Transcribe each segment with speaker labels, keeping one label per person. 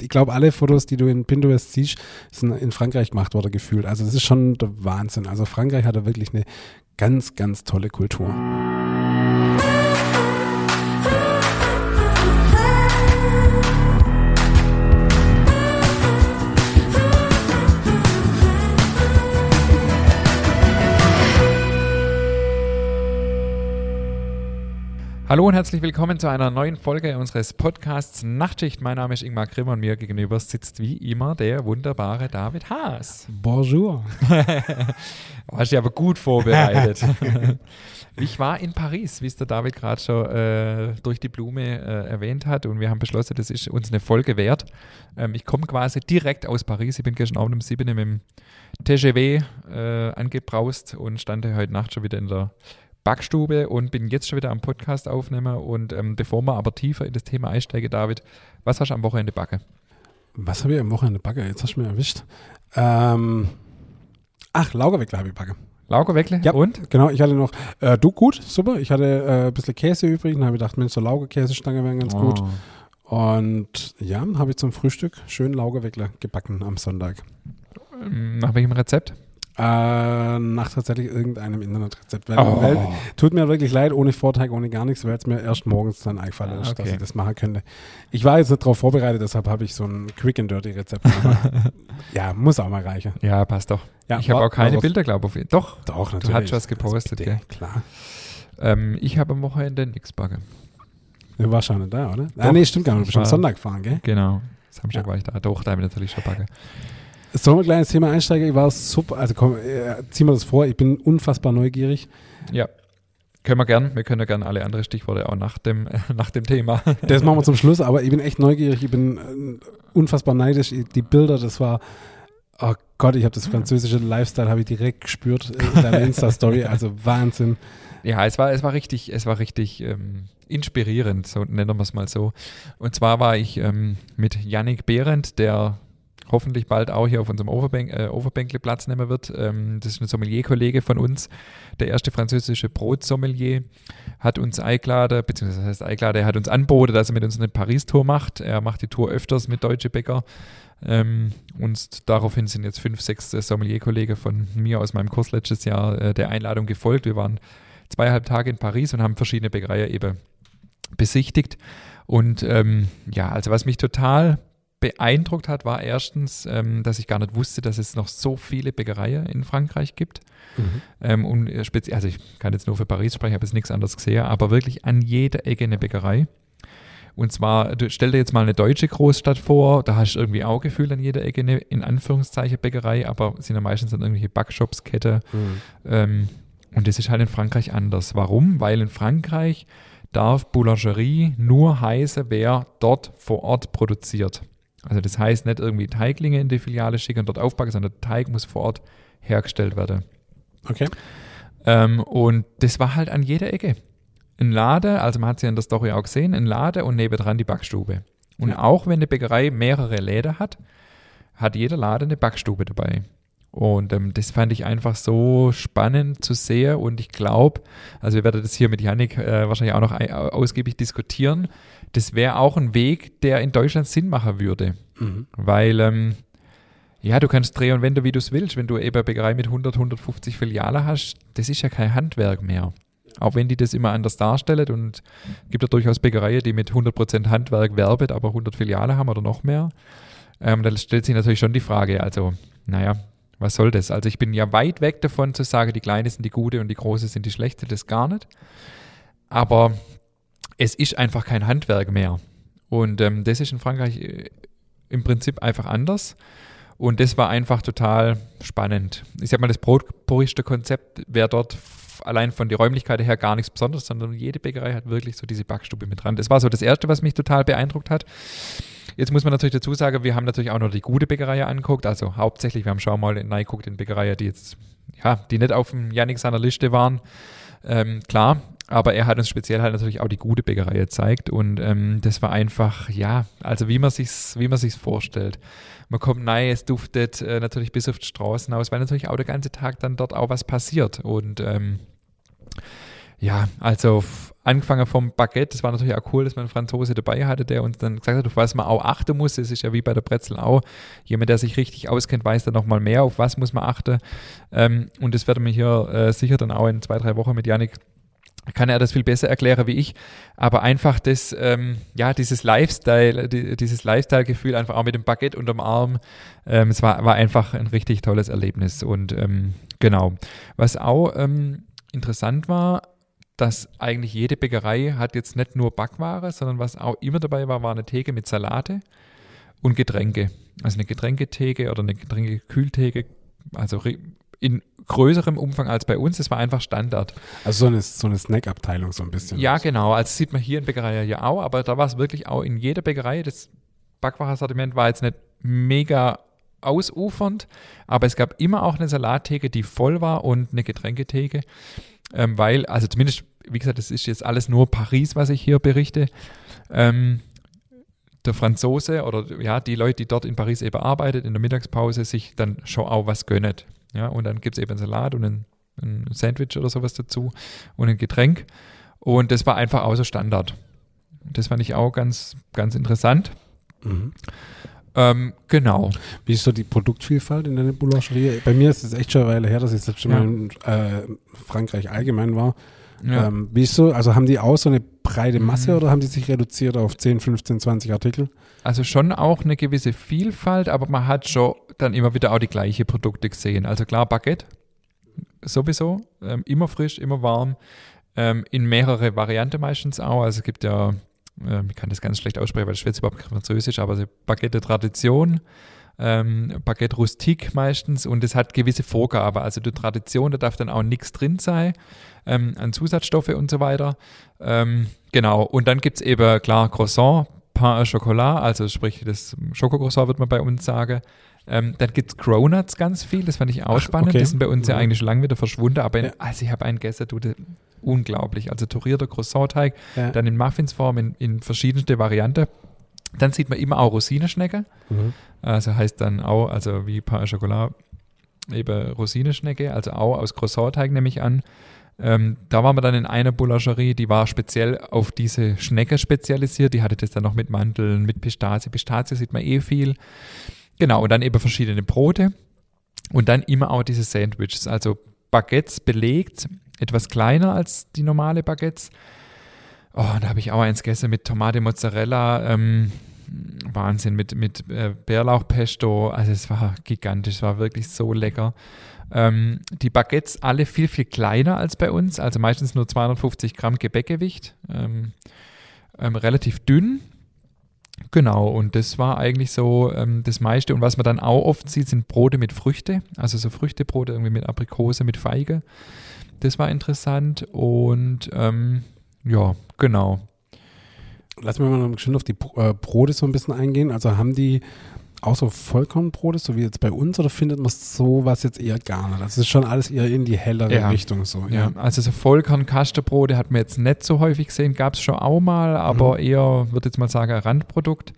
Speaker 1: ich glaube, alle Fotos, die du in Pinterest siehst, sind in Frankreich gemacht worden, gefühlt. Also das ist schon der Wahnsinn. Also Frankreich hat da wirklich eine ganz, ganz tolle Kultur.
Speaker 2: Hallo und herzlich willkommen zu einer neuen Folge unseres Podcasts Nachtschicht. Mein Name ist Ingmar Grimmer und mir gegenüber sitzt wie immer der wunderbare David Haas.
Speaker 1: Bonjour.
Speaker 2: Hast dich aber gut vorbereitet. Ich war in Paris, wie es der David gerade schon durch die Blume erwähnt hat, und wir haben beschlossen, das ist uns eine Folge wert. Ich komme quasi direkt aus Paris. Ich bin gestern Abend um 7 mit dem TGV angebraust und stand heute Nacht schon wieder in der Backstube und bin jetzt schon wieder am Podcast aufnehmen. Und bevor wir aber tiefer in das Thema einsteigen, David, was hast du am Wochenende backen?
Speaker 1: Was habe ich am Wochenende backen? Jetzt hast du mich erwischt. Laugerweckle habe ich backen.
Speaker 2: Laugerweckle?
Speaker 1: Ja,
Speaker 2: und?
Speaker 1: Genau, ich hatte noch, gut, super. Ich hatte ein bisschen Käse übrig und habe gedacht, Mensch, so Laugerkäsestange wären ganz gut. Und ja, habe ich zum Frühstück schön Laugerweckle gebacken am Sonntag.
Speaker 2: Nach welchem Rezept?
Speaker 1: Nach tatsächlich irgendeinem Internetrezept. Weil, tut mir wirklich leid, ohne Vorteig, ohne gar nichts, weil es mir erst morgens dann eingefallen ist, dass ich das machen könnte. Ich war jetzt nicht darauf vorbereitet, deshalb habe ich so ein Quick-and-Dirty-Rezept gemacht. Ja, muss auch mal reichen.
Speaker 2: Ja, passt doch.
Speaker 1: Ja,
Speaker 2: ich habe auch keine Bilder, glaube ich. Doch,
Speaker 1: natürlich.
Speaker 2: Du hast was gepostet,
Speaker 1: bitte,
Speaker 2: gell?
Speaker 1: Klar.
Speaker 2: Ich habe am Wochenende nichts backen.
Speaker 1: Du warst schon nicht da, oder?
Speaker 2: Doch,
Speaker 1: Nee, stimmt gar nicht. Du bist am Sonntag gefahren, gell?
Speaker 2: Genau. Samstag war ich da. Doch, da habe ich natürlich schon backen.
Speaker 1: Sollen wir gleich ins Thema einsteigen? Ich war super, also komm, zieh mir das vor, ich bin unfassbar neugierig.
Speaker 2: Ja, können wir gern. Wir können ja gern alle anderen Stichworte auch nach dem Thema.
Speaker 1: Das machen wir zum Schluss, aber ich bin echt neugierig, ich bin unfassbar neidisch. Die Bilder, das war, oh Gott, ich habe das französische Lifestyle, habe ich direkt gespürt in deiner Insta-Story, also Wahnsinn.
Speaker 2: Ja, es war richtig inspirierend, so nennen wir es mal so. Und zwar war ich mit Yannick Behrendt, der hoffentlich bald auch hier auf unserem Overbänkle Platz nehmen wird. Das ist ein Sommelier-Kollege von uns, der erste französische Brotsommelier, hat uns eingeladen, er hat uns angeboten, dass er mit uns eine Paris-Tour macht. Er macht die Tour öfters mit deutschen Bäcker. Und daraufhin sind jetzt 5, 6 Sommelier-Kollegen von mir aus meinem Kurs letztes Jahr der Einladung gefolgt. Wir waren 2,5 Tage in Paris und haben verschiedene Bäckereien eben besichtigt. Und also was mich total beeindruckt hat, war erstens, dass ich gar nicht wusste, dass es noch so viele Bäckereien in Frankreich gibt. Und also ich kann jetzt nur für Paris sprechen, ich habe jetzt nichts anderes gesehen, aber wirklich an jeder Ecke eine Bäckerei. Und zwar, stell dir jetzt mal eine deutsche Großstadt vor, da hast du irgendwie auch gefühlt an jeder Ecke eine, in Anführungszeichen, Bäckerei, aber sind ja meistens dann irgendwelche Backshops-Kette. Und das ist halt in Frankreich anders. Warum? Weil in Frankreich darf Boulangerie nur heißen, wer dort vor Ort produziert. Also das heißt nicht irgendwie Teiglinge in die Filiale schicken und dort aufbacken, sondern der Teig muss vor Ort hergestellt werden.
Speaker 1: Okay.
Speaker 2: Und das war halt an jeder Ecke. Ein Laden, also man hat es ja in der Story auch gesehen, ein Laden und nebendran die Backstube. Und auch wenn eine Bäckerei mehrere Läden hat, hat jeder Laden eine Backstube dabei. Und das fand ich einfach so spannend zu sehen, und ich glaube, also wir werden das hier mit Yannick wahrscheinlich auch noch ausgiebig diskutieren, das wäre auch ein Weg, der in Deutschland Sinn machen würde. Weil, du kannst drehen und wenden, wie du es willst. Wenn du eben eine Bäckerei mit 100, 150 Filialen hast, das ist ja kein Handwerk mehr. Auch wenn die das immer anders darstellen, und es gibt ja durchaus Bäckereien, die mit 100% Handwerk werben, aber 100 Filialen haben oder noch mehr. Da stellt sich natürlich schon die Frage, also, was soll das? Also ich bin ja weit weg davon zu sagen, die Kleine sind die Gute und die Große sind die Schlechte, das gar nicht. Aber es ist einfach kein Handwerk mehr. Und das ist in Frankreich im Prinzip einfach anders. Und das war einfach total spannend. Ich sag mal, das Brotpuriste-Konzept wäre dort allein von der Räumlichkeit her gar nichts Besonderes, sondern jede Bäckerei hat wirklich so diese Backstube mit dran. Das war so das Erste, was mich total beeindruckt hat. Jetzt muss man natürlich dazu sagen, wir haben natürlich auch noch die gute Bäckerei angeguckt, also hauptsächlich, wir haben schon mal reingeguckt in Bäckereien, die jetzt, die nicht auf dem Yannick seiner Liste waren, klar, aber er hat uns speziell halt natürlich auch die gute Bäckerei gezeigt, und das war einfach, also wie man sich's vorstellt. Man kommt rein, es duftet natürlich bis auf die Straßen aus, weil natürlich auch der ganze Tag dann dort auch was passiert, und Ja, also angefangen vom Baguette, das war natürlich auch cool, dass man einen Franzose dabei hatte, der uns dann gesagt hat, auf was man auch achten muss. Das ist ja wie bei der Brezel auch. Jemand, der sich richtig auskennt, weiß dann nochmal mehr, auf was muss man achten. Und das werden wir hier sicher dann auch in 2-3 Wochen mit Yannick, kann er das viel besser erklären wie ich. Aber einfach das, dieses Lifestyle-Gefühl einfach auch mit dem Baguette unterm Arm, es war einfach ein richtig tolles Erlebnis. Und genau, was auch interessant war, dass eigentlich jede Bäckerei hat jetzt nicht nur Backware, sondern was auch immer dabei war eine Theke mit Salate und Getränke. Also eine Getränketheke oder eine Getränkekühltheke, also in größerem Umfang als bei uns. Das war einfach Standard.
Speaker 1: Also so eine Snack-Abteilung so ein bisschen.
Speaker 2: Ja, genau. Also sieht man hier in Bäckerei ja auch, aber da war es wirklich auch in jeder Bäckerei. Das Backwarensortiment war jetzt nicht mega ausufernd, aber es gab immer auch eine Salattheke, die voll war und eine Getränketheke. Weil, also zumindest, wie gesagt, das ist jetzt alles nur Paris, was ich hier berichte. Der Franzose oder ja, die Leute, die dort in Paris eben arbeiten, in der Mittagspause sich dann schon auch was gönnen. Ja, und dann gibt es eben einen Salat und ein Sandwich oder sowas dazu und ein Getränk. Und das war einfach auch so Standard. Das fand ich auch ganz, ganz interessant.
Speaker 1: Mhm.
Speaker 2: Genau.
Speaker 1: Wie ist so die Produktvielfalt in deiner Boulangerie? Bei mir ist es echt schon eine Weile her, dass ich das letzte Mal in Frankreich allgemein war.
Speaker 2: Ja.
Speaker 1: Wie ist so, also haben die auch so eine breite Masse oder haben die sich reduziert auf 10, 15, 20 Artikel?
Speaker 2: Also schon auch eine gewisse Vielfalt, aber man hat schon dann immer wieder auch die gleichen Produkte gesehen. Also klar, Baguette, sowieso, immer frisch, immer warm, in mehrere Varianten meistens auch. Also es gibt ja, ich kann das ganz schlecht aussprechen, weil das schwätzt überhaupt kein Französisch, aber also Baguette Tradition, Baguette Rustique meistens und es hat gewisse Vorgaben. Also die Tradition, da darf dann auch nichts drin sein an Zusatzstoffe und so weiter. Genau, und dann gibt es eben, klar, Croissant, Pain au Chocolat, also sprich das Schokocroissant wird man bei uns sagen. Dann gibt es Cronuts ganz viel, das fand ich auch spannend. Okay. Die sind bei uns ja eigentlich schon lange wieder verschwunden, aber also ich habe einen gegessen, unglaublich. Also turierter Croissant-Teig, dann in Muffinsform in verschiedenste Varianten. Dann sieht man immer auch Rosinenschnecke. Also heißt dann auch, also wie Pain au Chocolat, eben Rosinenschnecke, also auch aus Croissant-Teig nehme ich an. Da waren wir dann in einer Boulangerie, die war speziell auf diese Schnecke spezialisiert. Die hatte das dann noch mit Mandeln, mit Pistazie. Pistazie sieht man viel. Genau, und dann eben verschiedene Brote. Und dann immer auch diese Sandwiches, also Baguettes belegt, etwas kleiner als die normale Baguettes. Oh, da habe ich auch eins gegessen mit Tomate, Mozzarella, Wahnsinn, mit Bärlauchpesto. Also es war gigantisch, es war wirklich so lecker. Die Baguettes alle viel, viel kleiner als bei uns, also meistens nur 250 Gramm Gebäckgewicht, relativ dünn. Genau, und das war eigentlich so das meiste. Und was man dann auch oft sieht, sind Brote mit Früchte, also so Früchtebrote irgendwie mit Aprikose, mit Feige. Das war interessant und ja, genau.
Speaker 1: Lass mich mal noch schön auf die Brote so ein bisschen eingehen. Also haben die auch so Vollkornbrote, so wie jetzt bei uns, oder findet man sowas jetzt eher gar nicht? Das ist schon alles eher in die hellere Richtung so.
Speaker 2: Ja, also so Vollkorn-Kastenbrote hat man jetzt nicht so häufig gesehen, gab es schon auch mal, aber eher, würde jetzt mal sagen, ein Randprodukt.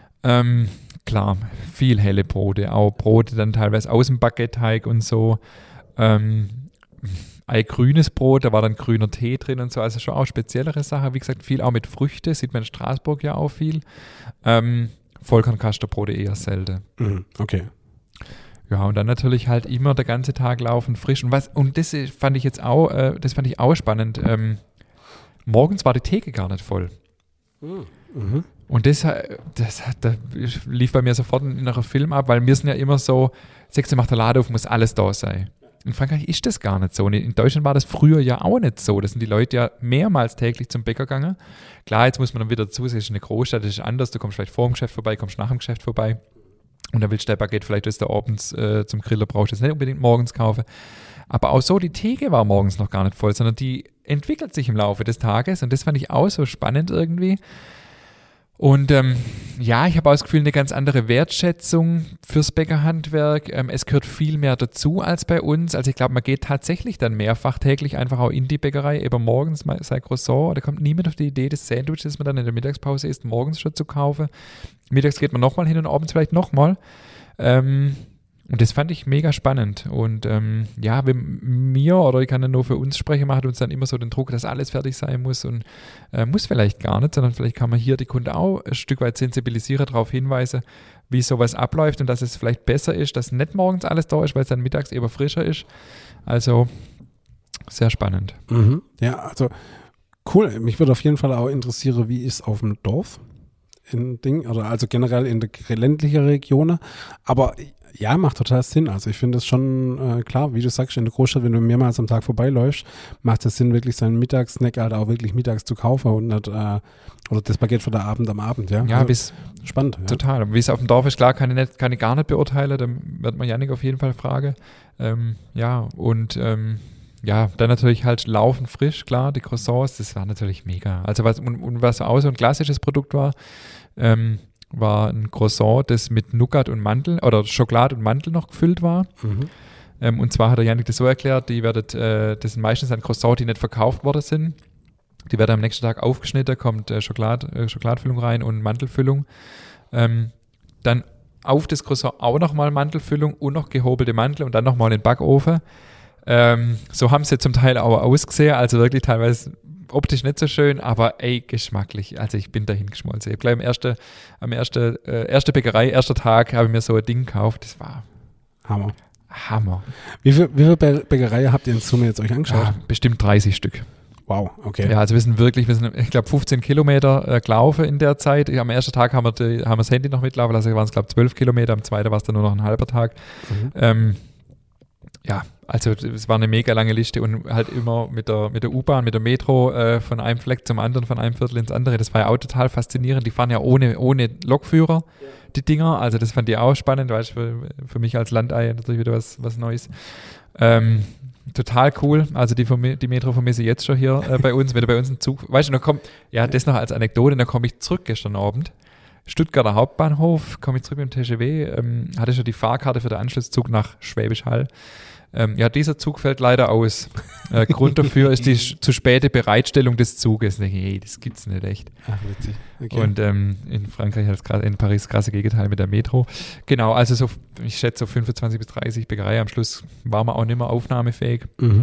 Speaker 2: Klar, viel helle Brote, auch Brote dann teilweise aus dem Baguette-Teig und so. Ein grünes Brot, da war dann grüner Tee drin und so, also schon auch speziellere Sachen. Wie gesagt, viel auch mit Früchte, sieht man in Straßburg ja auch viel. Vollkornkastenbrote eher selten.
Speaker 1: Okay.
Speaker 2: Ja, und dann natürlich halt immer der ganze Tag laufen, frisch. Und das fand ich jetzt auch, spannend. Morgens war die Theke gar nicht voll. Und da lief bei mir sofort ein innerer Film ab, weil wir sind ja immer so, 6 Uhr macht der Laden auf, muss alles da sein. In Frankreich ist das gar nicht so. Und in Deutschland war das früher ja auch nicht so. Da sind die Leute ja mehrmals täglich zum Bäcker gegangen. Klar, jetzt muss man dann wieder dazu, es ist eine Großstadt, das ist anders. Du kommst vielleicht vor dem Geschäft vorbei, kommst nach dem Geschäft vorbei. Und dann willst du dein Baguette vielleicht, das du abends zum Griller brauchst, das nicht unbedingt morgens kaufen. Aber auch so, die Theke war morgens noch gar nicht voll, sondern die entwickelt sich im Laufe des Tages. Und das fand ich auch so spannend irgendwie. Und ich habe auch das Gefühl, eine ganz andere Wertschätzung fürs Bäckerhandwerk. Es gehört viel mehr dazu als bei uns. Also ich glaube, man geht tatsächlich dann mehrfach täglich einfach auch in die Bäckerei, eben morgens sei Croissant. Da kommt niemand auf die Idee, das Sandwich, das man dann in der Mittagspause isst, morgens schon zu kaufen. Mittags geht man nochmal hin und abends vielleicht nochmal. Und Und das fand ich mega spannend. Und ja, ich kann ja nur für uns sprechen, macht uns dann immer so den Druck, dass alles fertig sein muss und muss vielleicht gar nicht, sondern vielleicht kann man hier die Kunden auch ein Stück weit sensibilisieren, darauf hinweisen, wie sowas abläuft und dass es vielleicht besser ist, dass nicht morgens alles da ist, weil es dann mittags eher frischer ist. Also sehr spannend.
Speaker 1: Mhm. Ja, also cool. Mich würde auf jeden Fall auch interessieren, wie ist es auf dem Dorf in Ding oder also generell in der ländlichen Region. Aber ja, macht total Sinn. Also ich finde es schon klar, wie du sagst, in der Großstadt, wenn du mehrmals am Tag vorbeiläufst, macht es Sinn, wirklich seinen Mittagssnack halt auch wirklich mittags zu kaufen und nicht, oder das Baguette für den Abend am Abend, ja.
Speaker 2: Ja,
Speaker 1: also, spannend. Ja.
Speaker 2: Total. Wie es auf dem Dorf ist, klar, kann ich gar nicht beurteilen, da wird man Jannik auf jeden Fall fragen. Ja, dann natürlich halt laufen frisch, klar, die Croissants, das war natürlich mega. Also was auch so ein klassisches Produkt war ein Croissant, das mit Nougat und Mandel oder Schokolade und Mandel noch gefüllt war. Mhm. Und zwar hat der Jannik das so erklärt, das sind meistens dann Croissants, die nicht verkauft worden sind. Die werden am nächsten Tag aufgeschnitten, kommt Schokoladefüllung rein und Mandelfüllung. Dann auf das Croissant auch nochmal Mandelfüllung und noch gehobelte Mandel und dann nochmal in den Backofen. So haben sie zum Teil auch ausgesehen, also wirklich teilweise optisch nicht so schön, aber geschmacklich. Also ich bin dahin geschmolzen. Ich habe gleich am ersten Bäckerei, erster Tag, habe ich mir so ein Ding gekauft. Das war Hammer.
Speaker 1: Wie viele Bäckereien habt ihr in Summe jetzt euch angeschaut?
Speaker 2: Ja, bestimmt 30 Stück.
Speaker 1: Wow, okay.
Speaker 2: Ja, also wir sind, ich glaube, 15 Kilometer gelaufen in der Zeit. Am ersten Tag haben wir das Handy noch mitlaufen, also waren es, glaube ich, 12 Kilometer. Am zweiten war es dann nur noch ein halber Tag. Mhm. Ja, also es war eine mega lange Liste und halt immer mit der U-Bahn, mit der Metro von einem Fleck zum anderen, von einem Viertel ins andere. Das war ja auch total faszinierend. Die fahren ja ohne Lokführer, die Dinger. Also das fand ich auch spannend, weißt du, für mich als Landei natürlich wieder was Neues. Total cool. Also die Metro vermisse ich jetzt schon hier bei uns. Wenn du bei uns einen Zug, weißt du, das noch als Anekdote, da komme ich zurück gestern Abend. Stuttgarter Hauptbahnhof, komme ich zurück mit dem TGW, hatte schon die Fahrkarte für den Anschlusszug nach Schwäbisch Hall. Dieser Zug fällt leider aus. Grund dafür ist die zu späte Bereitstellung des Zuges. Das gibt's nicht echt.
Speaker 1: Ach, witzig. Okay.
Speaker 2: Und in Frankreich in Paris krasse Gegenteil mit der Metro. Genau, also ich schätze so 25 bis 30 Bäckereien. Am Schluss waren wir auch nicht mehr aufnahmefähig.
Speaker 1: Mhm.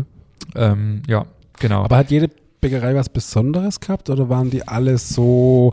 Speaker 2: Genau.
Speaker 1: Aber hat jede Bäckerei was Besonderes gehabt oder waren die alle so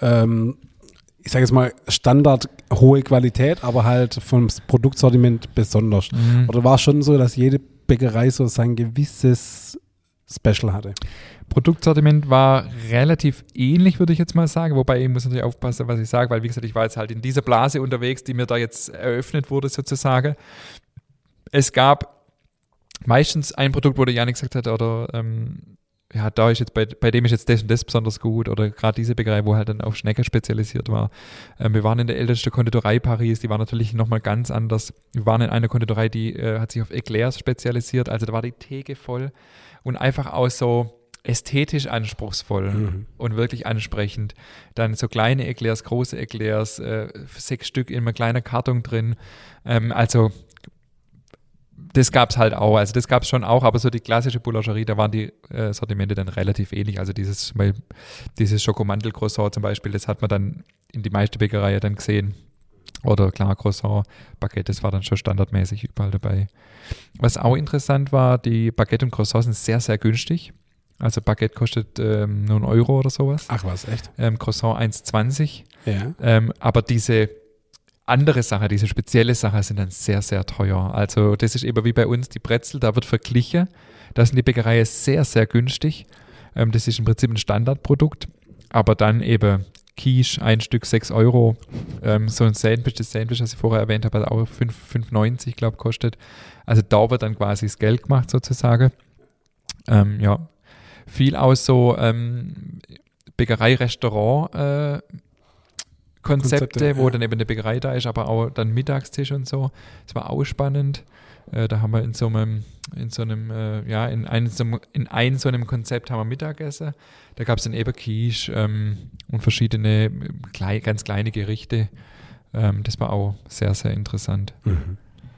Speaker 1: ich sage jetzt mal, Standard hohe Qualität, aber halt vom Produktsortiment besonders? Mhm. Oder war es schon so, dass jede Bäckerei so sein gewisses Special hatte?
Speaker 2: Produktsortiment war relativ ähnlich, würde ich jetzt mal sagen, wobei ich muss natürlich aufpassen, was ich sage, weil wie gesagt, ich war jetzt halt in dieser Blase unterwegs, die mir da jetzt eröffnet wurde sozusagen. Es gab meistens ein Produkt, wo der Janik gesagt hat, oder da ist jetzt bei dem ist jetzt das und das besonders gut oder gerade diese Bäckerei, wo halt dann auf Schnecke spezialisiert war. Wir waren in der ältesten Konditorei Paris, die war natürlich nochmal ganz anders. Wir waren in einer Konditorei, die hat sich auf Eclairs spezialisiert, also da war die Theke voll und einfach auch so ästhetisch anspruchsvoll und wirklich ansprechend. Dann so kleine Eclairs, große Eclairs, 6 Stück in einem kleinen Karton drin. Das gab es halt auch, also das gab es schon auch, aber so die klassische Boulangerie, da waren die Sortimente dann relativ ähnlich. Also dieses Schokomandel-Croissant zum Beispiel, das hat man dann in die meiste Bäckerei dann gesehen. Oder klar, Croissant, Baguette, das war dann schon standardmäßig überall dabei. Was auch interessant war, die Baguette und Croissant sind sehr, sehr günstig. Also Baguette kostet nur 1 Euro oder sowas.
Speaker 1: Ach was, echt?
Speaker 2: Croissant 1,20.
Speaker 1: Ja.
Speaker 2: Aber diese andere Sache, diese spezielle Sache sind dann sehr, sehr teuer. Also das ist eben wie bei uns die Brezel, da wird verglichen. Da sind die Bäckereien sehr, sehr günstig. Das ist im Prinzip ein Standardprodukt. Aber dann eben Quiche, ein Stück 6 Euro. So ein Sandwich, das Sandwich, das ich vorher erwähnt habe, hat auch 5,90, glaube ich, kostet. Also da wird dann quasi das Geld gemacht sozusagen. Viel aus so Bäckerei-Restaurant Konzepte, wo dann eben eine Bäckerei da ist, aber auch dann Mittagstisch und so. Das war auch spannend. Da haben wir in einem so einem Konzept haben wir Mittagessen. Da gab es dann eben Quiche und verschiedene ganz kleine Gerichte. Das war auch sehr, sehr interessant.
Speaker 1: Mhm.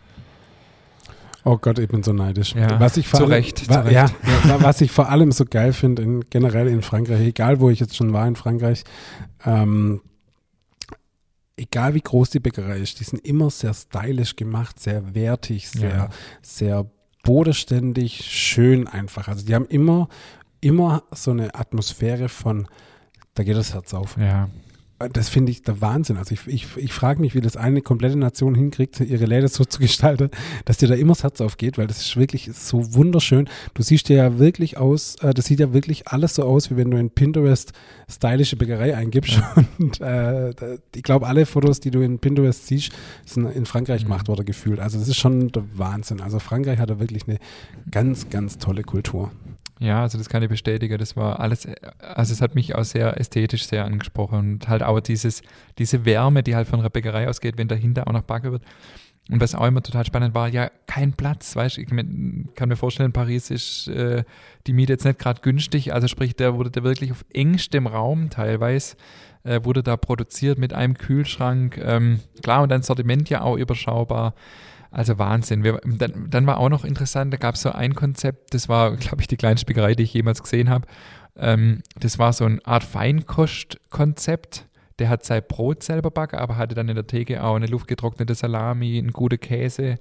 Speaker 1: Oh Gott, ich bin so neidisch.
Speaker 2: Ja,
Speaker 1: was ich vor allem so geil finde, generell in Frankreich, egal wo ich jetzt schon war in Frankreich, egal wie groß die Bäckerei ist, die sind immer sehr stylisch gemacht, sehr wertig, sehr bodenständig, schön einfach. Also die haben immer so eine Atmosphäre von, da geht das Herz auf.
Speaker 2: Ja.
Speaker 1: Das finde ich der Wahnsinn. Also ich frage mich, wie das eine komplette Nation hinkriegt, ihre Läden so zu gestalten, dass dir da immer das Herz aufgeht, weil das ist wirklich so wunderschön. Du siehst dir ja wirklich aus, das sieht ja wirklich alles so aus, wie wenn du in Pinterest stylische Bäckerei eingibst. Ja. Und ich glaube, alle Fotos, die du in Pinterest siehst, sind in Frankreich gemacht worden gefühlt. Also das ist schon der Wahnsinn. Also Frankreich hat da wirklich eine ganz, ganz tolle Kultur.
Speaker 2: Ja, also das kann ich bestätigen. Das war alles, also es hat mich auch sehr ästhetisch sehr angesprochen und halt auch diese Wärme, die halt von einer Bäckerei ausgeht, wenn dahinter auch noch backen wird. Und was auch immer total spannend war, ja, kein Platz, weißt du, ich kann mir vorstellen, in Paris ist die Miete jetzt nicht gerade günstig, also sprich, da wurde der wirklich auf engstem Raum teilweise, wurde da produziert mit einem Kühlschrank, klar, und ein Sortiment ja auch überschaubar. Also Wahnsinn. Dann war auch noch interessant, da gab es so ein Konzept, das war, glaube ich, die kleinste Bäckerei, die ich jemals gesehen habe. Das war so eine Art Feinkostkonzept. Der hat sein Brot selber backen, aber hatte dann in der Theke auch eine luftgetrocknete Salami, einen guten Käse.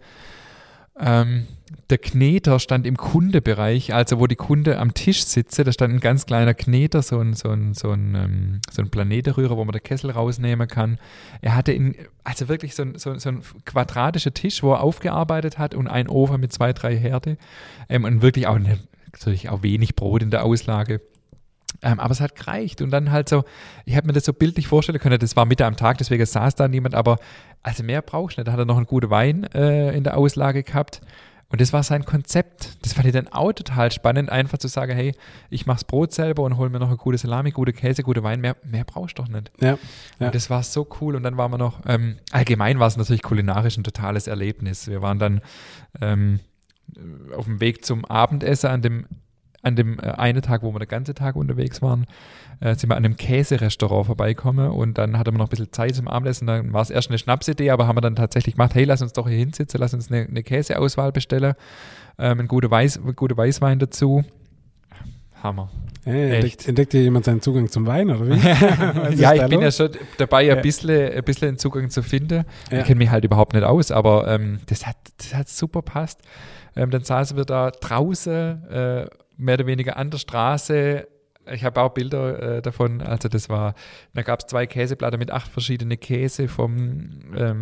Speaker 2: Der Kneter stand im Kundebereich, also wo die Kunde am Tisch sitze, da stand ein ganz kleiner Kneter, so ein Planetenrührer, wo man den Kessel rausnehmen kann. Er hatte also wirklich so ein quadratischer Tisch, wo er aufgearbeitet hat und einen Ofen mit 2, 3 Herde und wirklich auch natürlich auch wenig Brot in der Auslage. Aber es hat gereicht und dann halt so, ich habe mir das so bildlich vorstellen können, das war Mitte am Tag, deswegen saß da niemand, aber also mehr brauchst du nicht. Da hat er noch einen guten Wein in der Auslage gehabt und das war sein Konzept. Das fand ich dann auch total spannend, einfach zu sagen, hey, ich mach's Brot selber und hol mir noch eine gute Salami, gute Käse, gute Wein, mehr brauchst du doch nicht.
Speaker 1: Ja.
Speaker 2: Und das war so cool und dann waren wir noch, allgemein war es natürlich kulinarisch ein totales Erlebnis. Wir waren dann auf dem Weg zum Abendessen an dem einen Tag, wo wir den ganzen Tag unterwegs waren, sind wir an einem Käserestaurant vorbeigekommen und dann hatten wir noch ein bisschen Zeit zum Abendessen. Dann war es erst eine Schnapsidee, aber haben wir dann tatsächlich gemacht, hey, lass uns doch hier hinsitzen, lass uns eine Käseauswahl bestellen, einen guten Weißwein dazu. Hammer.
Speaker 1: Hey, entdeckt hier jemand seinen Zugang zum Wein, oder wie?
Speaker 2: Ja, ich bin ja schon dabei, ein bisschen einen Zugang zu finden. Ja. Ich kenne mich halt überhaupt nicht aus, aber das hat super passt. Dann saßen wir da draußen, mehr oder weniger an der Straße. Ich habe auch Bilder davon. Also da gab es 2 Käseplatten mit 8 verschiedenen Käse, vom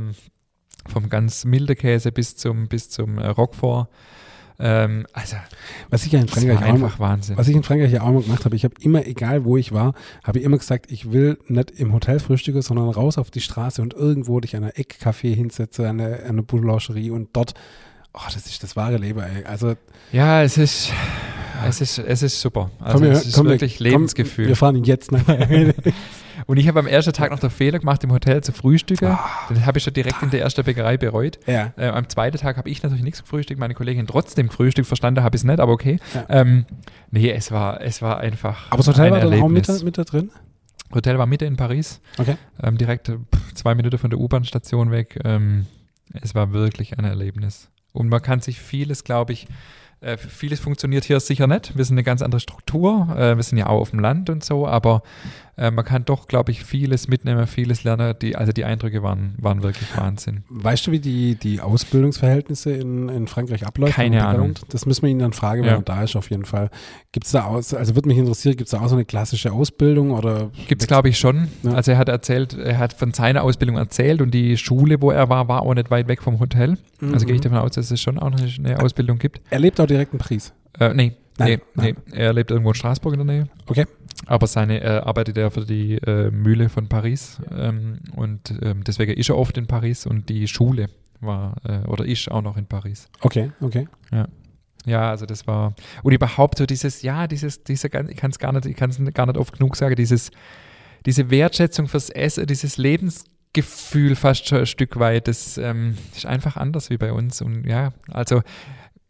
Speaker 2: ganz milden Käse bis zum Roquefort. Also
Speaker 1: was ich ja in Frankreich
Speaker 2: einfach Wahnsinn.
Speaker 1: Was ich in Frankreich ja auch mal gemacht habe, ich habe immer, egal wo ich war, habe ich immer gesagt, ich will nicht im Hotel frühstücken, sondern raus auf die Straße und irgendwo dich an einer Eckcafé hinsetze, an eine Boulangerie und dort, das ist das wahre Leben, ey. Also
Speaker 2: ja, es ist super. Also es ist wirklich Lebensgefühl.
Speaker 1: Wir fahren jetzt nach.
Speaker 2: Und ich habe am ersten Tag noch den Fehler gemacht, im Hotel zu frühstücken. Das habe ich schon direkt in der ersten Bäckerei bereut.
Speaker 1: Ja.
Speaker 2: Am zweiten Tag habe ich natürlich nichts gefrühstückt, meine Kollegin trotzdem gefrühstückt, verstanden habe ich es nicht, aber okay.
Speaker 1: Ja.
Speaker 2: Nee, es war einfach
Speaker 1: aber das Hotel war dann
Speaker 2: Erlebnis.
Speaker 1: auch mit da drin?
Speaker 2: Hotel war Mitte in Paris.
Speaker 1: Okay.
Speaker 2: Direkt 2 Minuten von der U-Bahn-Station weg. Es war wirklich ein Erlebnis. Und man kann sich vieles, glaube ich, vieles funktioniert hier sicher nicht. Wir sind eine ganz andere Struktur. Wir sind ja auch auf dem Land und so, aber man kann doch, glaube ich, vieles mitnehmen, vieles lernen. Die Eindrücke waren wirklich Wahnsinn.
Speaker 1: Weißt du, wie die Ausbildungsverhältnisse in Frankreich abläufen?
Speaker 2: Keine Ahnung.
Speaker 1: Das müssen wir ihn dann fragen, wenn er da ist, auf jeden Fall. Gibt es da würde mich interessieren, gibt es da auch so eine klassische Ausbildung?
Speaker 2: Gibt es, glaube ich, schon. Ja. Also er hat von seiner Ausbildung erzählt und die Schule, wo er war auch nicht weit weg vom Hotel. Mhm. Also gehe ich davon aus, dass es schon auch noch eine Ausbildung gibt.
Speaker 1: Er lebt auch direkt in Paris?
Speaker 2: Nee. Er lebt irgendwo in Straßburg in der Nähe.
Speaker 1: Okay.
Speaker 2: Aber arbeitet er für die Mühle von Paris und deswegen ist er oft in Paris und die Schule ist auch noch in Paris.
Speaker 1: Okay.
Speaker 2: Ja, also das war und überhaupt so ich kann es gar nicht oft genug sagen, diese Wertschätzung fürs Essen, dieses Lebensgefühl fast schon ein Stück weit, das ist einfach anders wie bei uns und ja, also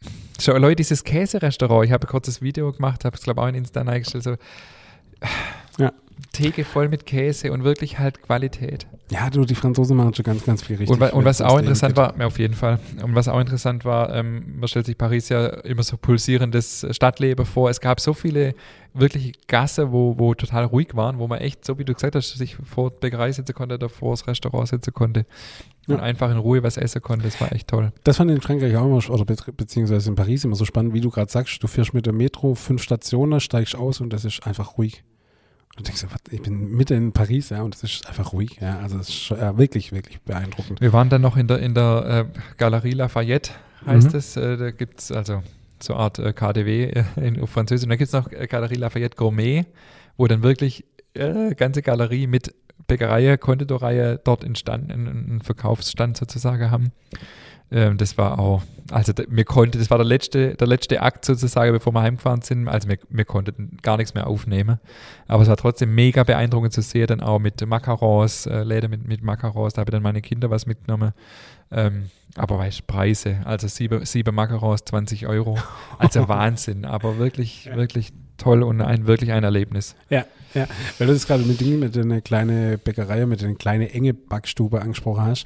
Speaker 2: Leute, dieses Käserestaurant, ich habe ein kurzes Video gemacht, habe es glaube ich auch in Insta eingestellt, so
Speaker 1: Ja.
Speaker 2: Theke voll mit Käse und wirklich halt Qualität.
Speaker 1: Ja, die Franzosen machen schon ganz, ganz viel richtig.
Speaker 2: Und was auch interessant war, auf jeden Fall, und was auch interessant war, man stellt sich Paris ja immer so pulsierendes Stadtleben vor. Es gab so viele wirkliche Gassen, wo total ruhig waren, wo man echt, so wie du gesagt hast, sich vor der Bäckerei sitzen konnte, davor das Restaurant sitzen konnte und einfach in Ruhe was essen konnte. Das war echt toll.
Speaker 1: Das fand ich in Frankreich auch immer, oder beziehungsweise in Paris immer so spannend, wie du gerade sagst, du fährst mit der Metro 5 Stationen, steigst aus und das ist einfach ruhig. Und denkst du, ich bin mitten in Paris, ja, und es ist einfach ruhig, ja, also es ist wirklich, wirklich beeindruckend.
Speaker 2: Wir waren dann noch in der Galerie Lafayette, heißt es, da gibt es also so eine Art KDW auf Französisch, und da gibt es noch Galerie Lafayette Gourmet, wo dann wirklich ganze Galerie mit Bäckerei, Konditorei dort entstanden, einen Verkaufsstand sozusagen haben. Das war auch, also das war der letzte Akt sozusagen, bevor wir heimgefahren sind. Also wir konnten gar nichts mehr aufnehmen. Aber es war trotzdem mega beeindruckend zu sehen, dann auch mit Macarons, Läden mit Macarons. Da habe ich dann meine Kinder was mitgenommen. Aber weißt du, Preise, also 7 Macarons, 20 €. Also Wahnsinn, aber wirklich, wirklich toll und wirklich ein Erlebnis.
Speaker 1: Ja, weil du das gerade mit einer kleinen Bäckerei, mit einer kleinen enge Backstube angesprochen hast.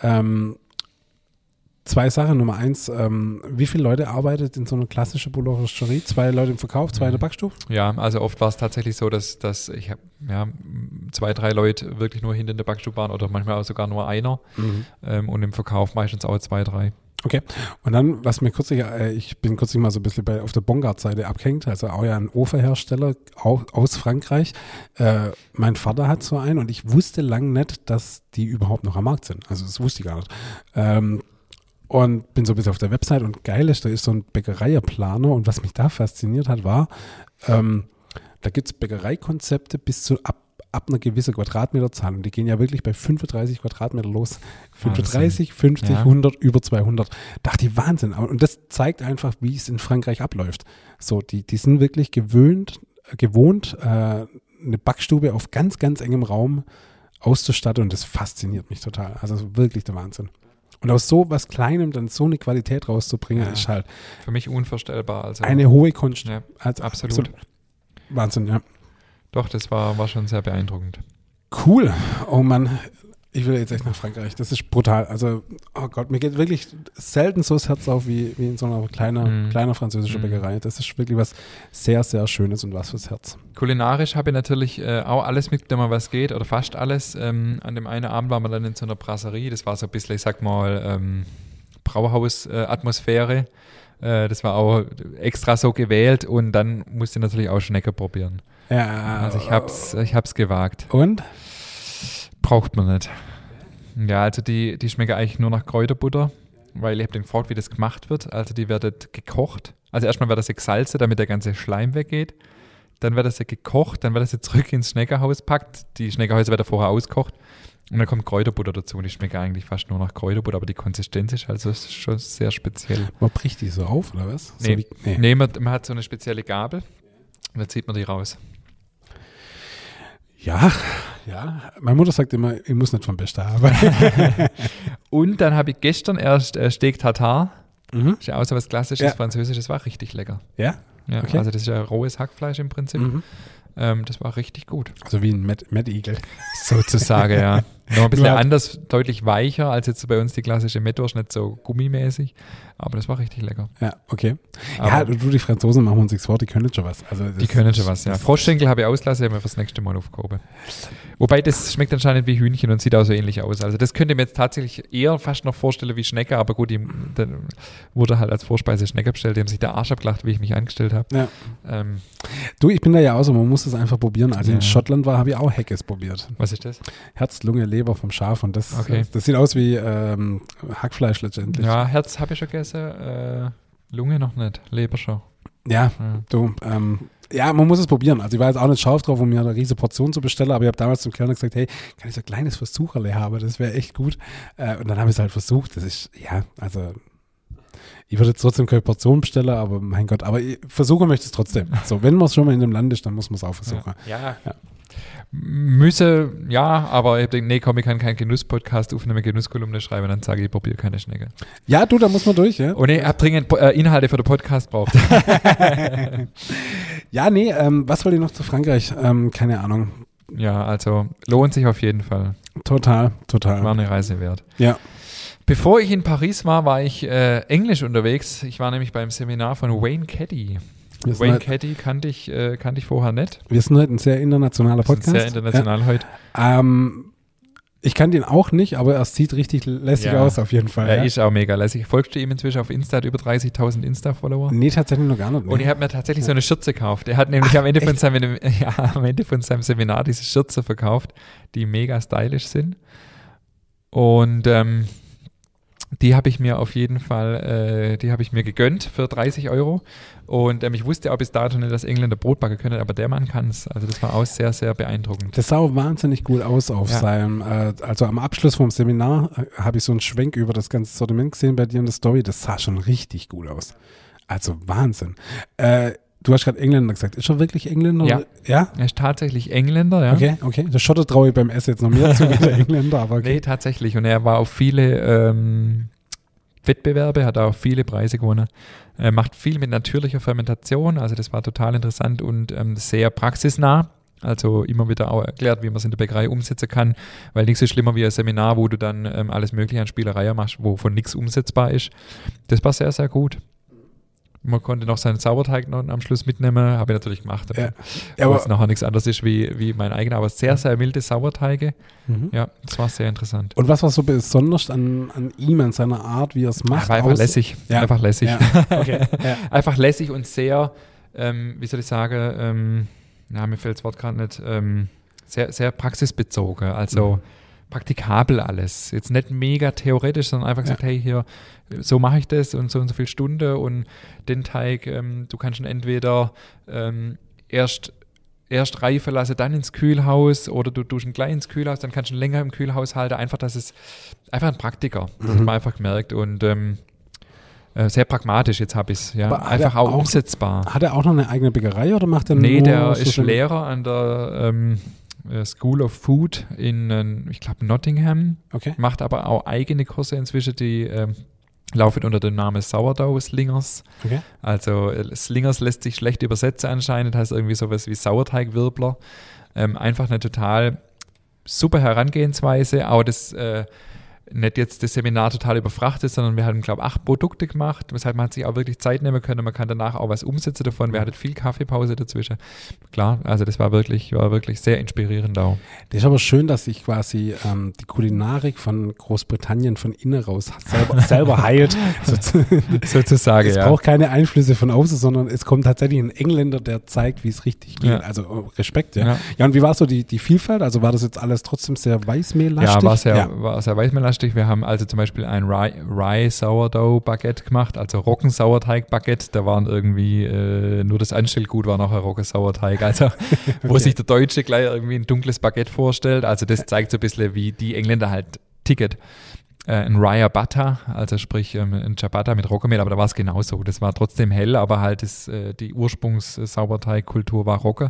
Speaker 1: 2 Sachen. Nummer 1, wie viele Leute arbeitet in so einer klassischen Boulangerie? 2 Leute im Verkauf, 2 in der Backstube?
Speaker 2: Ja, also oft war es tatsächlich so, dass ich 2, 3 Leute wirklich nur hinter der Backstube waren oder manchmal auch sogar nur einer und im Verkauf meistens auch 2, 3.
Speaker 1: Okay, und dann, was mir ich bin kürzlich mal so ein bisschen auf der Bongard-Seite abgehängt, also auch ja ein Ofenhersteller aus Frankreich. Mein Vater hat so einen und ich wusste lang nicht, dass die überhaupt noch am Markt sind. Also das wusste ich gar nicht. Und bin so ein bisschen auf der Website und geil ist, da ist so ein Bäckereiplaner und was mich da fasziniert hat, war, da gibt es Bäckereikonzepte bis zu ab einer gewissen Quadratmeterzahl und die gehen ja wirklich bei 35 Quadratmeter los. 35, 50, 100, über 200. Dachte ich, Wahnsinn. Und das zeigt einfach, wie es in Frankreich abläuft. So, die sind wirklich gewohnt, eine Backstube auf ganz, ganz engem Raum auszustatten und das fasziniert mich total. Also wirklich der Wahnsinn. Und aus so was Kleinem dann so eine Qualität rauszubringen, ist halt
Speaker 2: für mich unvorstellbar. Also
Speaker 1: eine hohe Kunst.
Speaker 2: Ja, also absolut.
Speaker 1: Wahnsinn, ja.
Speaker 2: Doch, das war schon sehr beeindruckend.
Speaker 1: Cool. Oh Mann, ich will jetzt echt nach Frankreich. Das ist brutal. Also, oh Gott, mir geht wirklich selten so das Herz auf wie in so einer kleiner französischer Bäckerei. Das ist wirklich was sehr, sehr Schönes und was fürs Herz.
Speaker 2: Kulinarisch habe ich natürlich auch alles mitgenommen, was geht, oder fast alles. An dem einen Abend waren wir dann in so einer Brasserie. Das war so ein bisschen, ich sag mal, Brauhaus-Atmosphäre. Das war auch extra so gewählt und dann musste ich natürlich auch Schnecke probieren.
Speaker 1: Ja.
Speaker 2: Also ich hab's gewagt.
Speaker 1: Und?
Speaker 2: Braucht man nicht. Ja, also die schmecken eigentlich nur nach Kräuterbutter, weil ich habe den gefragt, wie das gemacht wird. Also die werden gekocht. Also erstmal wird das gesalzen, damit der ganze Schleim weggeht. Dann wird das gekocht, dann wird das zurück ins Schneckerhaus gepackt. Die Schneckerhäuser werden vorher auskocht. Und dann kommt Kräuterbutter dazu. Und die schmecken eigentlich fast nur nach Kräuterbutter, aber die Konsistenz ist also schon sehr speziell.
Speaker 1: Man bricht die so auf, oder was?
Speaker 2: Nee, man hat so eine spezielle Gabel und dann zieht man die raus.
Speaker 1: Ja. Meine Mutter sagt immer, ich muss nicht vom Besten arbeiten.
Speaker 2: Und dann habe ich gestern erst Steak Tartare. Ist ja auch so was Klassisches, Französisches, war richtig lecker.
Speaker 1: Ja?
Speaker 2: Ja,
Speaker 1: okay.
Speaker 2: Also das ist ja rohes Hackfleisch im Prinzip. Das war richtig gut.
Speaker 1: Also wie ein Mad Eagle.
Speaker 2: Sozusagen, ja. Noch ein bisschen anders, deutlich weicher als jetzt bei uns die klassische Mettwurst, nicht so gummimäßig. Aber das war richtig lecker.
Speaker 1: Ja, okay. Aber die Franzosen machen uns nichts vor, die können schon was. Also
Speaker 2: die können schon was, ja. Froschschenkel habe ich ausgelassen, haben wir fürs nächste Mal aufgehoben. Wobei, das schmeckt anscheinend wie Hühnchen und sieht auch so ähnlich aus. Also das könnte ich mir jetzt tatsächlich eher fast noch vorstellen wie Schnecke, aber gut, dann wurde halt als Vorspeise Schnecke bestellt, die haben sich der Arsch abgelacht, wie ich mich angestellt habe.
Speaker 1: Ja. Ich bin da ja auch so, man muss es einfach probieren. Also in Schottland habe ich auch Haggis probiert.
Speaker 2: Was ist das?
Speaker 1: Herz, Lunge, Leber vom Schaf und das sieht aus wie Hackfleisch letztendlich.
Speaker 2: Ja, Herz habe ich schon gegessen, Lunge noch nicht, Leber schon.
Speaker 1: Ja, man muss es probieren. Also ich war jetzt auch nicht scharf drauf, um mir eine riesige Portion zu bestellen, aber ich habe damals zum Kellner gesagt, hey, kann ich so ein kleines Versucherle haben, das wäre echt gut. Und dann habe ich es halt versucht. Das ist, ich würde jetzt trotzdem keine Portion bestellen, aber mein Gott, aber ich versuchen möchte es trotzdem. So, wenn man es schon mal in dem Land ist, dann muss man es auch versuchen.
Speaker 2: Ja. Aber ich denke, ich kann keinen Genuss-Podcast auf eine Genusskolumne schreiben, dann sage ich probiere keine Schnecke.
Speaker 1: Ja, da muss man durch, ja.
Speaker 2: Und ich habe dringend Inhalte für den Podcast braucht.
Speaker 1: Ja, nee, was wollte ich noch zu Frankreich? Keine Ahnung.
Speaker 2: Ja, also lohnt sich auf jeden Fall.
Speaker 1: Total.
Speaker 2: War eine Reise wert.
Speaker 1: Ja.
Speaker 2: Bevor ich in Paris war ich Englisch unterwegs. Ich war nämlich beim Seminar von Wayne Caddy. Wayne Caddy kannte ich vorher nicht.
Speaker 1: Wir sind heute ein sehr internationaler Podcast.
Speaker 2: Sehr international heute.
Speaker 1: Ich kannte ihn auch nicht, aber er sieht richtig lässig aus auf jeden Fall.
Speaker 2: Er ist auch mega lässig. Folgst du ihm inzwischen auf Insta? Hat über 30.000 Insta-Follower?
Speaker 1: Nee, tatsächlich noch gar nicht.
Speaker 2: Und ich habe mir tatsächlich so eine Schürze gekauft. Er hat nämlich am Ende von seinem Seminar diese Schürze verkauft, die mega stylisch sind. Und die habe ich mir auf jeden Fall, gegönnt für 30 €. Und ich wusste auch bis dato nicht, dass Engländer Brot backen können, aber der Mann kann es. Also das war auch sehr, sehr beeindruckend.
Speaker 1: Das sah auch wahnsinnig gut aus auf seinem, also am Abschluss vom Seminar habe ich so einen Schwenk über das ganze Sortiment gesehen bei dir in der Story. Das sah schon richtig gut aus. Also Wahnsinn. Du hast gerade Engländer gesagt. Ist er wirklich Engländer?
Speaker 2: Ja.
Speaker 1: Ja?
Speaker 2: Er ist tatsächlich Engländer, ja.
Speaker 1: Okay. Der Schotte traue ich beim Essen jetzt noch mehr zu wie der Engländer, aber okay.
Speaker 2: Nee, tatsächlich. Und er war auf viele Wettbewerbe, hat auch viele Preise gewonnen. Er macht viel mit natürlicher Fermentation, also das war total interessant und sehr praxisnah. Also immer wieder auch erklärt, wie man es in der Bäckerei umsetzen kann, weil nichts ist schlimmer wie ein Seminar, wo du dann alles Mögliche an Spielerei machst, wovon nichts umsetzbar ist. Das war sehr, sehr gut. Man konnte noch seinen Sauerteig noch am Schluss mitnehmen, habe ich natürlich gemacht, aber es nachher nichts anderes ist wie mein eigener, aber sehr, sehr milde Sauerteige. Ja, das war sehr interessant.
Speaker 1: Und was war so besonders an ihm, an seiner Art, wie er es macht?
Speaker 2: Er war einfach lässig.
Speaker 1: Ja.
Speaker 2: Einfach lässig.
Speaker 1: Ja. Okay. Ja.
Speaker 2: Einfach lässig und sehr, wie soll ich sagen, mir fällt das Wort gerade nicht, sehr, sehr praxisbezogen, also praktikabel alles. Jetzt nicht mega theoretisch, sondern einfach gesagt, hey, hier, so mache ich das und so viel Stunde und den Teig, du kannst ihn entweder erst reifen lassen, dann ins Kühlhaus oder du tust ihn gleich ins Kühlhaus, dann kannst du ihn länger im Kühlhaus halten. Einfach ein Praktiker. Das hat man einfach gemerkt und sehr pragmatisch, jetzt habe ich es. Ja. Einfach auch umsetzbar.
Speaker 1: Hat er auch noch eine eigene Bäckerei oder macht er
Speaker 2: Nee,
Speaker 1: nur
Speaker 2: der
Speaker 1: so
Speaker 2: ist Lehrer an der School of Food in, ich glaube, Nottingham.
Speaker 1: Okay.
Speaker 2: Macht aber auch eigene Kurse inzwischen, die laufen unter dem Namen Sourdough Slingers.
Speaker 1: Okay.
Speaker 2: Also Slingers lässt sich schlecht übersetzen anscheinend, heißt irgendwie sowas wie Sauerteigwirbler. Einfach eine total super Herangehensweise, auch das nicht jetzt das Seminar total überfrachtet, sondern wir haben, glaube ich, 8 Produkte gemacht, weshalb man hat sich auch wirklich Zeit nehmen können, man kann danach auch was umsetzen davon, wir hatten viel Kaffeepause dazwischen. Klar, also das war wirklich sehr inspirierend auch.
Speaker 1: Das ist aber schön, dass sich quasi die Kulinarik von Großbritannien von innen raus selber heilt.
Speaker 2: Sozusagen,
Speaker 1: es braucht keine Einflüsse von außen, sondern es kommt tatsächlich ein Engländer, der zeigt, wie es richtig geht. Ja. Also Respekt, ja. Und wie war so die Vielfalt? Also war das jetzt alles trotzdem sehr weißmehllastig?
Speaker 2: Ja, war sehr weißmehllastig. Wir haben also zum Beispiel ein Rye-Sourdough-Baguette gemacht, also Roggensauerteig-Baguette. Da waren irgendwie nur das Anstellgut war nachher Roggensauerteig. Also wo sich der Deutsche gleich irgendwie ein dunkles Baguette vorstellt. Also das zeigt so ein bisschen, wie die Engländer halt ticken. Ein Rye Butter, also sprich ein Ciabatta mit Roggenmehl, aber da war es genauso. Das war trotzdem hell, aber halt die Ursprungs-Sauerteigkultur war Rogge.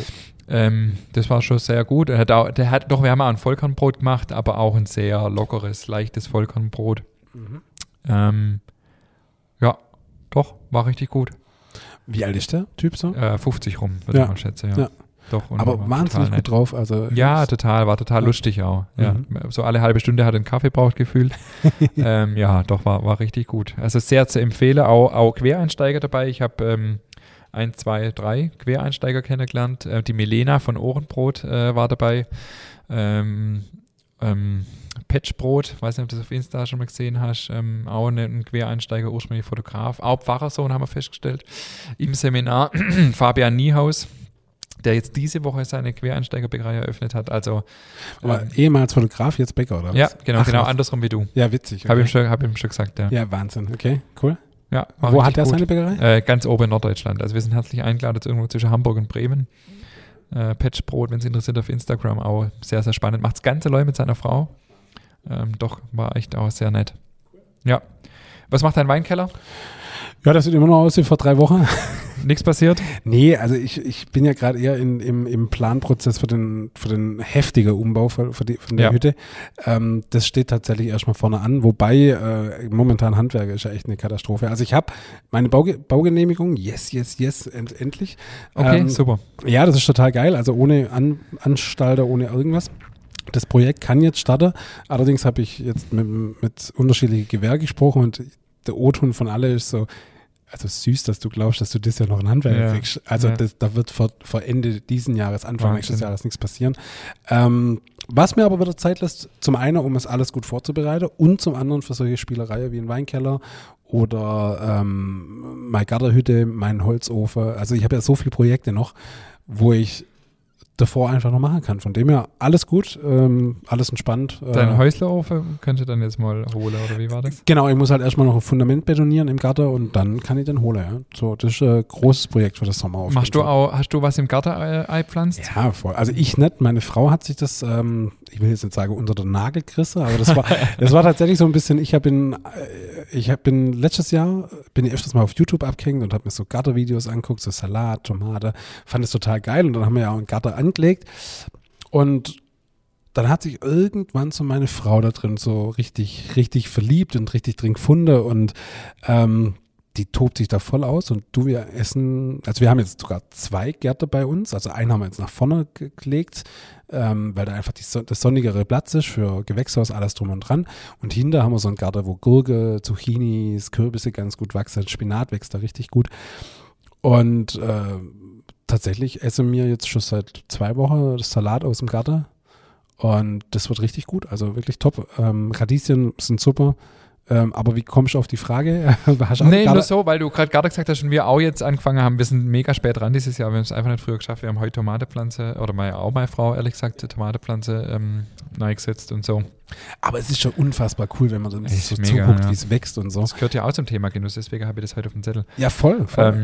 Speaker 2: Das war schon sehr gut. Wir haben auch ein Vollkornbrot gemacht, aber auch ein sehr lockeres, leichtes Vollkornbrot. Ja, doch, war richtig gut.
Speaker 1: Wie alt ist der Typ so?
Speaker 2: 50 rum, würde ich mal schätzen, ja. Doch,
Speaker 1: aber wahnsinnig gut drauf. Also
Speaker 2: ja, war total lustig auch. Ja. So alle halbe Stunde hat er einen Kaffee braucht gefühlt. Ja, doch, war richtig gut. Also sehr zu empfehlen, auch Quereinsteiger dabei. Ich habe 1, 2, 3 Quereinsteiger kennengelernt. Die Milena von Ohrenbrot war dabei. Patchbrot, weiß nicht, ob du das auf Insta schon mal gesehen hast, auch ein Quereinsteiger, ursprünglich Fotograf. Auch Pfarrersohn haben wir festgestellt im Seminar. Fabian Niehaus, der jetzt diese Woche seine Quereinsteigerbäckerei eröffnet hat. Also,
Speaker 1: aber ehemals Fotograf, jetzt Bäcker, oder was?
Speaker 2: Ja, genau, andersrum wie du.
Speaker 1: Ja, witzig.
Speaker 2: Okay. Hab ihm schon gesagt, ja.
Speaker 1: Ja, Wahnsinn, okay, cool.
Speaker 2: Ja,
Speaker 1: wo hat er seine Bäckerei?
Speaker 2: Ganz oben in Norddeutschland. Also wir sind herzlich eingeladen, irgendwo zwischen Hamburg und Bremen. Patchbrot, wenn es interessiert, auf Instagram auch sehr, sehr spannend. Macht das ganze Leute mit seiner Frau. Doch, war echt auch sehr nett. Ja. Was macht dein Weinkeller?
Speaker 1: Ja, das sieht immer noch aus wie vor 3 Wochen.
Speaker 2: Nichts passiert?
Speaker 1: Nee, also ich bin ja gerade eher im Planprozess für den heftigen Umbau von der Hütte. Das steht tatsächlich erstmal vorne an, wobei momentan Handwerker ist ja echt eine Katastrophe. Also ich habe meine Baugenehmigung, yes, endlich.
Speaker 2: Okay, super.
Speaker 1: Ja, das ist total geil, also ohne Anstalter, ohne irgendwas. Das Projekt kann jetzt starten, allerdings habe ich jetzt mit unterschiedlichen Gewerken gesprochen und der O-Ton von alle ist so, also süß, dass du glaubst, dass du das ja noch in Handwerk kriegst. Also da wird vor Ende diesen Jahres, Anfang nächstes Jahres nichts passieren. Was mir aber wieder Zeit lässt, zum einen, um es alles gut vorzubereiten und zum anderen für solche Spielereien wie ein Weinkeller oder meine Gartenhütte, mein Holzofen. Also ich habe ja so viele Projekte noch, wo ich davor einfach noch machen kann. Von dem her alles gut, alles entspannt.
Speaker 2: Dein Häuslerofen könnt ihr dann jetzt mal holen, oder wie war das?
Speaker 1: Genau, ich muss halt erstmal noch ein Fundament betonieren im Garten und dann kann ich den holen. Ja. So, das ist ein großes Projekt für das Sommer.
Speaker 2: Hast du was im Garten eingepflanzt?
Speaker 1: Ja, voll. Also ich nicht, meine Frau hat sich das, ich will jetzt nicht sagen unter den Nagel gerissen, aber das war tatsächlich so ein bisschen, ich bin letztes Jahr, bin ich öfters mal auf YouTube abgehängt und habe mir so Gartenvideos angeguckt, so Salat, Tomate, fand es total geil und dann haben wir ja auch einen Garten angelegt und dann hat sich irgendwann so meine Frau da drin so richtig verliebt und richtig drin gefunden und die tobt sich da voll aus und wir essen, also wir haben jetzt sogar 2 Gärten bei uns, also einen haben wir jetzt nach vorne gelegt, weil da einfach das sonnigere Platz ist für Gewächshaus, alles drum und dran und hinter haben wir so einen Garten, wo Gurke, Zucchinis, Kürbisse ganz gut wachsen, Spinat wächst da richtig gut und tatsächlich essen wir jetzt schon seit 2 Wochen das Salat aus dem Garten und das wird richtig gut, also wirklich top. Radieschen sind super. Aber wie kommst du auf die Frage?
Speaker 2: Nur so, weil du gerade gesagt hast und wir auch jetzt angefangen haben, wir sind mega spät dran dieses Jahr, wir haben es einfach nicht früher geschafft, wir haben heute Tomatepflanze, oder meine Frau ehrlich gesagt, Tomatepflanze neu gesetzt und so.
Speaker 1: Aber es ist schon unfassbar cool, wenn man dann so zuguckt, wie es wächst und so.
Speaker 2: Das gehört ja auch zum Thema Genuss, deswegen habe ich das heute auf dem Zettel.
Speaker 1: Ja, voll.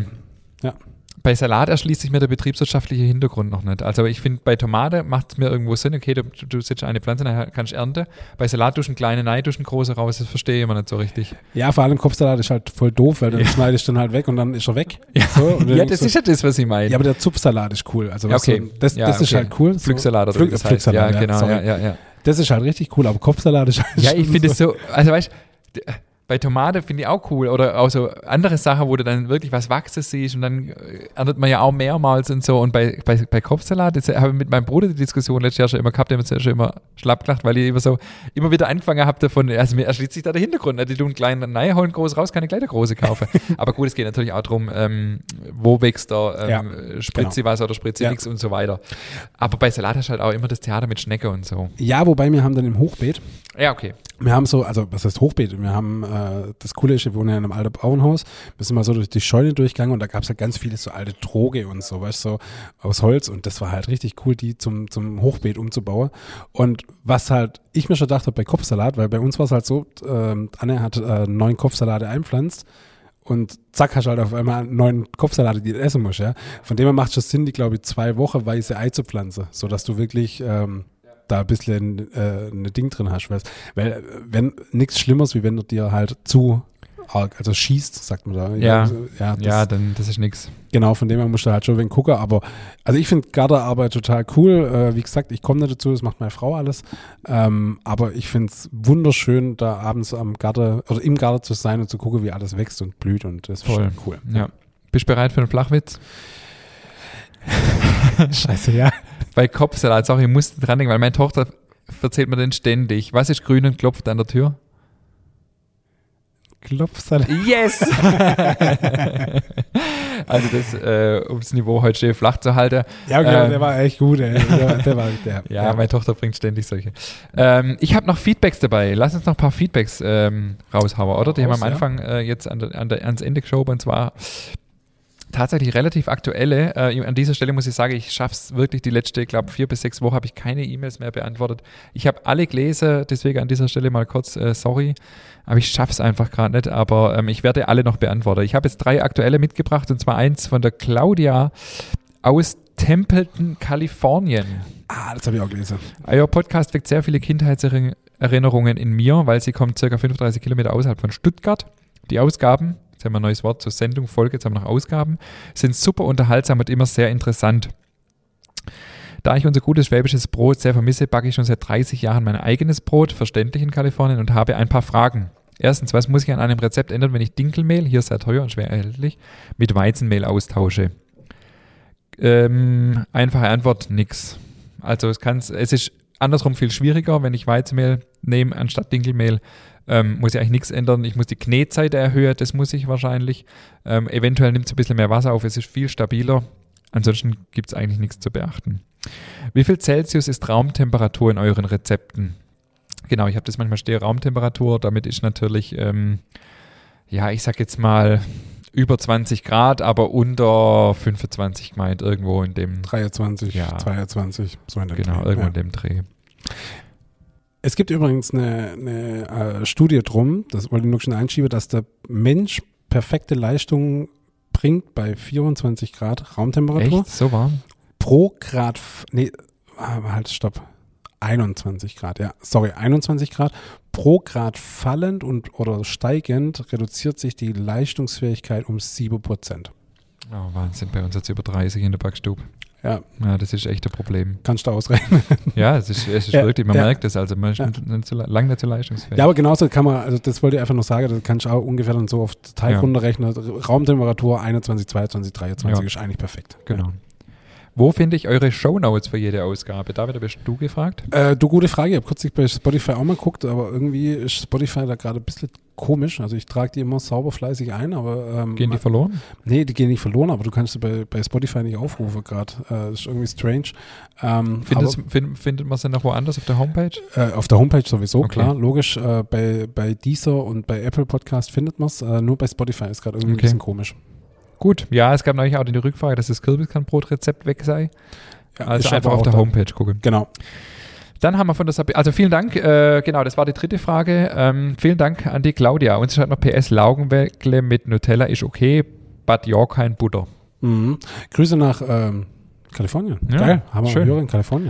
Speaker 1: Ja.
Speaker 2: Bei Salat erschließt sich mir der betriebswirtschaftliche Hintergrund noch nicht. Also ich finde, bei Tomate macht es mir irgendwo Sinn, okay, du setzt eine Pflanze, dann kannst du ernten. Bei Salat duschen kleine rein, duschen große raus, das verstehe ich immer nicht so richtig.
Speaker 1: Ja, vor allem Kopfsalat ist halt voll doof, weil dann schneidest du dann halt weg und dann ist er weg.
Speaker 2: Ja, so, und das ist ja das, was ich meine.
Speaker 1: Ja, aber der Zupfsalat ist cool. Also
Speaker 2: okay.
Speaker 1: Das ist halt cool.
Speaker 2: Pflücksalat oder das heißt.
Speaker 1: Ja,
Speaker 2: genau. Ja.
Speaker 1: Das ist halt richtig cool, aber Kopfsalat ist halt
Speaker 2: ja, ich finde es so, also weißt du, bei Tomate finde ich auch cool oder auch so andere Sachen, wo du dann wirklich was wachsen siehst und dann erntet man ja auch mehrmals und so und bei Kopfsalat, jetzt habe ich mit meinem Bruder die Diskussion letztes Jahr schon immer gehabt, der hat mir schon immer schlapp gelacht, weil ich immer wieder angefangen habe davon, also mir erschließt sich da der Hintergrund, die tun kleinen rein, holen groß raus, keine kleine große kaufen. Aber gut, es geht natürlich auch darum, wo wächst da, spritzt sie was oder spritzt sie nichts und so weiter. Aber bei Salat hast du halt auch immer das Theater mit Schnecke und so.
Speaker 1: Ja, wobei wir haben dann im Hochbeet.
Speaker 2: Ja, okay.
Speaker 1: Wir haben so, also was heißt Hochbeet? Wir haben das Coole ist, wir wohnen ja in einem alten Bauernhaus, wir sind mal so durch die Scheune durchgegangen und da gab es ja ganz viele so alte Troge und so, weißt du, so aus Holz und das war halt richtig cool, die zum Hochbeet umzubauen. Und was halt ich mir schon dachte bei Kopfsalat, weil bei uns war es halt so, Anne hat 9 Kopfsalate einpflanzt und zack, hast du halt auf einmal 9 Kopfsalate, die du essen musst, ja. Von dem her macht es schon Sinn, die glaube ich 2 Wochen weiße Ei zu pflanzen, sodass du wirklich da ein bisschen ein Ding drin hast. Weil wenn nichts Schlimmeres, wie wenn du dir halt zu arg, also schießt, sagt man da.
Speaker 2: Ja, dann das ist nichts.
Speaker 1: Genau, von dem her musst du halt schon ein wenig gucken. Aber also ich finde Gartenarbeit total cool. Wie gesagt, ich komme nicht dazu, das macht meine Frau alles. Aber ich finde es wunderschön, da abends am Garten oder im Garten zu sein und zu gucken, wie alles wächst und blüht und das ist schon cool.
Speaker 2: Ja. Bist du bereit für einen Flachwitz?
Speaker 1: Scheiße, ja.
Speaker 2: Bei Kopfsalat, ich musste dran denken, weil meine Tochter erzählt mir den ständig. Was ist grün und klopft an der Tür?
Speaker 1: Klopfsalat.
Speaker 2: Yes! Also das, um das Niveau heute schön flach zu halten.
Speaker 1: Ja, okay, der war echt gut. Ey. Der
Speaker 2: meine Tochter bringt ständig solche. Ich habe noch Feedbacks dabei. Lass uns noch ein paar Feedbacks raushauen, oder? Die haben wir am Anfang jetzt ans Ende geschoben und zwar tatsächlich relativ aktuelle. An dieser Stelle muss ich sagen, ich schaffe es wirklich die letzte, glaube 4 bis 6 Wochen habe ich keine E-Mails mehr beantwortet. Ich habe alle gelesen, deswegen an dieser Stelle mal kurz sorry, aber ich schaffe es einfach gerade nicht, aber ich werde alle noch beantworten. Ich habe jetzt 3 aktuelle mitgebracht und zwar eins von der Claudia aus Templeton, Kalifornien.
Speaker 1: Das habe ich auch gelesen.
Speaker 2: Euer Podcast weckt sehr viele Kindheitserinnerungen in mir, weil sie kommt ca. 35 Kilometer außerhalb von Stuttgart. Die Ausgaben, Jetzt haben wir ein neues Wort zur Sendung, Folge, jetzt haben wir noch Ausgaben. Sind super unterhaltsam und immer sehr interessant. Da ich unser gutes schwäbisches Brot sehr vermisse, backe ich schon seit 30 Jahren mein eigenes Brot, verständlich in Kalifornien, und habe ein paar Fragen. Erstens, was muss ich an einem Rezept ändern, wenn ich Dinkelmehl, hier sehr teuer und schwer erhältlich, mit Weizenmehl austausche? Einfache Antwort, nix. Also es ist andersrum viel schwieriger, wenn ich Weizenmehl nehme anstatt Dinkelmehl. Muss ich eigentlich nichts ändern. Ich muss die Knetzeit erhöhen, das muss ich wahrscheinlich. Eventuell nimmt es ein bisschen mehr Wasser auf, es ist viel stabiler. Ansonsten gibt es eigentlich nichts zu beachten. Wie viel Celsius ist Raumtemperatur in euren Rezepten? Genau, ich habe das manchmal stehen, Raumtemperatur. Damit ist natürlich, ich sag jetzt mal über 20 Grad, aber unter 25 gemeint, irgendwo in dem
Speaker 1: 23, 22, so in dem
Speaker 2: Dreh. Genau, irgendwo in dem Dreh.
Speaker 1: Es gibt übrigens eine Studie drum, das wollte ich nur schon einschieben, dass der Mensch perfekte Leistung bringt bei 24 Grad Raumtemperatur.
Speaker 2: Echt? So warm?
Speaker 1: Pro Grad, 21 Grad, 21 Grad. Pro Grad fallend oder steigend reduziert sich die Leistungsfähigkeit um 7%.
Speaker 2: Oh, Wahnsinn, bei uns jetzt über 30 in der Backstube.
Speaker 1: Ja,
Speaker 2: das ist echt ein Problem.
Speaker 1: Kannst du ausrechnen.
Speaker 2: Ja, es ist wirklich, man merkt es, also man ist nicht so leistungsfähig.
Speaker 1: Ja, aber genauso kann man, also das wollte ich einfach nur sagen, das kannst du auch ungefähr dann so auf Teig runterrechnen. Raumtemperatur 21, 22, 23 ist eigentlich perfekt.
Speaker 2: Genau. Wo finde ich eure Shownotes für jede Ausgabe? David, bist du gefragt?
Speaker 1: Gute Frage. Ich habe kürzlich bei Spotify auch mal geguckt, aber irgendwie ist Spotify da gerade ein bisschen komisch. Also ich trage die immer sauber fleißig ein, aber
Speaker 2: gehen die verloren?
Speaker 1: Nee, die gehen nicht verloren, aber du kannst sie bei Spotify nicht aufrufen gerade. Das ist irgendwie strange.
Speaker 2: Findet man sie noch woanders auf der Homepage?
Speaker 1: Auf der Homepage sowieso, klar, logisch. Bei Deezer und bei Apple Podcast findet man es. Nur bei Spotify ist gerade irgendwie ein bisschen komisch.
Speaker 2: Gut, ja, es gab neulich auch die Rückfrage, dass das Kürbiskernbrot-Rezept weg sei.
Speaker 1: Ja,
Speaker 2: also einfach auf der Homepage gucken.
Speaker 1: Genau.
Speaker 2: Dann haben wir von der Sabine, also vielen Dank, genau, das war die dritte Frage. Vielen Dank an die Claudia. Uns schreibt noch PS, Laugenweckle mit Nutella ist okay, but ja, kein Butter.
Speaker 1: Mhm. Grüße nach Kalifornien.
Speaker 2: Ja,
Speaker 1: geil, haben wir
Speaker 2: schön.
Speaker 1: Hörer in Kalifornien.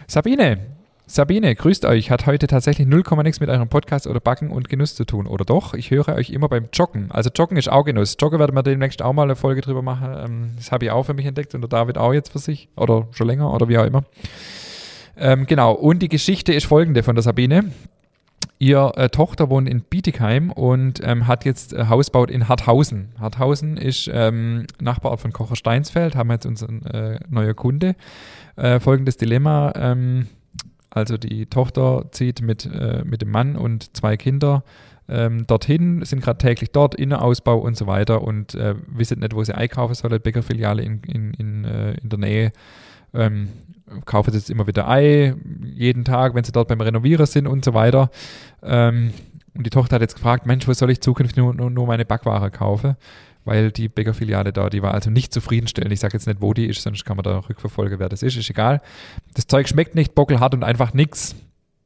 Speaker 2: Sabine, grüßt euch, hat heute tatsächlich 0, nichts mit eurem Podcast oder Backen und Genuss zu tun. Oder doch? Ich höre euch immer beim Joggen. Also Joggen ist auch Genuss. Joggen werden wir demnächst auch mal eine Folge drüber machen. Das habe ich auch für mich entdeckt und der David auch jetzt für sich. Oder schon länger oder wie auch immer. Genau, und die Geschichte ist folgende von der Sabine. Ihr Tochter wohnt in Bietigheim und hat jetzt Haus gebaut in Harthausen. Harthausen ist Nachbarort von Kocher-Steinsfeld, haben wir jetzt unseren neuer Kunde. Folgendes Dilemma, also die Tochter zieht mit dem Mann und 2 Kinder dorthin, sind gerade täglich dort, Innenausbau und so weiter und wissen nicht, wo sie einkaufen soll, Bäckerfiliale in der Nähe. Kaufen jetzt immer wieder Ei, jeden Tag, wenn sie dort beim Renovieren sind und so weiter. Und die Tochter hat jetzt gefragt, Mensch, wo soll ich zukünftig nur meine Backware kaufen? Weil die Bäckerfiliale da, die war also nicht zufriedenstellend. Ich sage jetzt nicht, wo die ist, sonst kann man da rückverfolgen, wer das ist egal. Das Zeug schmeckt nicht, bockelhart und einfach nix.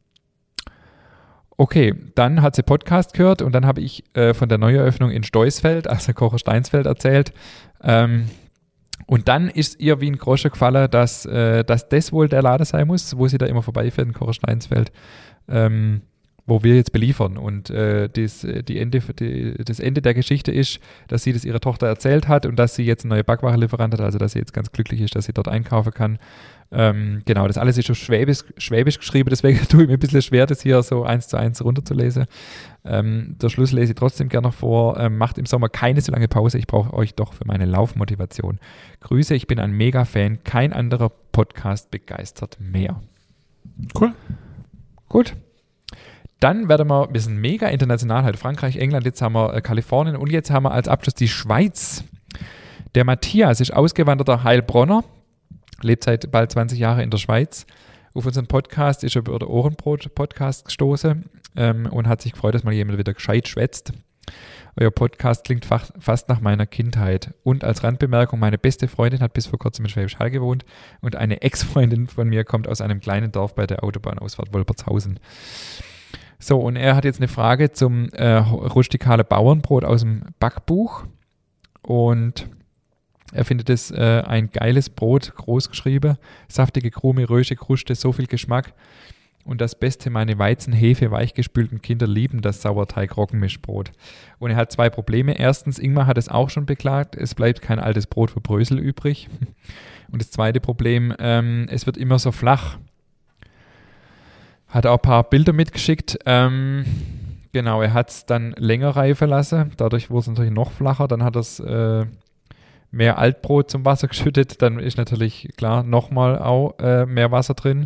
Speaker 2: Okay, dann hat sie Podcast gehört und dann habe ich von der Neueröffnung in Steusfeld, also Kocher-Steinsfeld, erzählt. Und dann ist ihr wie ein Groschen gefallen, dass das wohl der Laden sein muss, wo sie da immer vorbeifährt in Kocher-Steinsfeld, wo wir jetzt beliefern. Und das Ende der Geschichte ist, dass sie das ihrer Tochter erzählt hat und dass sie jetzt einen neuen Backwarenlieferant hat, also dass sie jetzt ganz glücklich ist, dass sie dort einkaufen kann. Genau, das alles ist schon schwäbisch geschrieben, deswegen tue ich mir ein bisschen schwer, das hier so 1:1 runterzulesen. Der Schluss lese ich trotzdem gerne noch vor. Macht im Sommer keine so lange Pause, ich brauche euch doch für meine Laufmotivation. Grüße, ich bin ein Mega-Fan, kein anderer Podcast begeistert mehr.
Speaker 1: Cool.
Speaker 2: Gut. Dann wir sind mega international halt. Frankreich, England, jetzt haben wir Kalifornien und jetzt haben wir als Abschluss die Schweiz. Der Matthias ist ausgewanderter Heilbronner, lebt seit bald 20 Jahren in der Schweiz. Auf unseren Podcast ist er über den Ohrenbrot-Podcast gestoßen und hat sich gefreut, dass mal jemand wieder gescheit schwätzt. Euer Podcast klingt fast nach meiner Kindheit. Und als Randbemerkung, meine beste Freundin hat bis vor kurzem in Schwäbisch Hall gewohnt und eine Ex-Freundin von mir kommt aus einem kleinen Dorf bei der Autobahnausfahrt Wolpertshausen. So, und er hat jetzt eine Frage zum rustikale Bauernbrot aus dem Backbuch. Und er findet es ein geiles Brot, groß geschrieben, saftige Krume, Rösche, Kruste, so viel Geschmack. Und das Beste, meine Weizenhefe weichgespülten Kinder lieben das Sauerteig-Roggenmischbrot. Und er hat 2 Probleme. Erstens, Ingmar hat es auch schon beklagt, es bleibt kein altes Brot für Brösel übrig. Und das zweite Problem, es wird immer so flach. Hat auch ein paar Bilder mitgeschickt. Genau, er hat es dann länger reifen lassen. Dadurch wurde es natürlich noch flacher. Dann hat er es mehr Altbrot zum Wasser geschüttet. Dann ist natürlich, klar, nochmal auch mehr Wasser drin.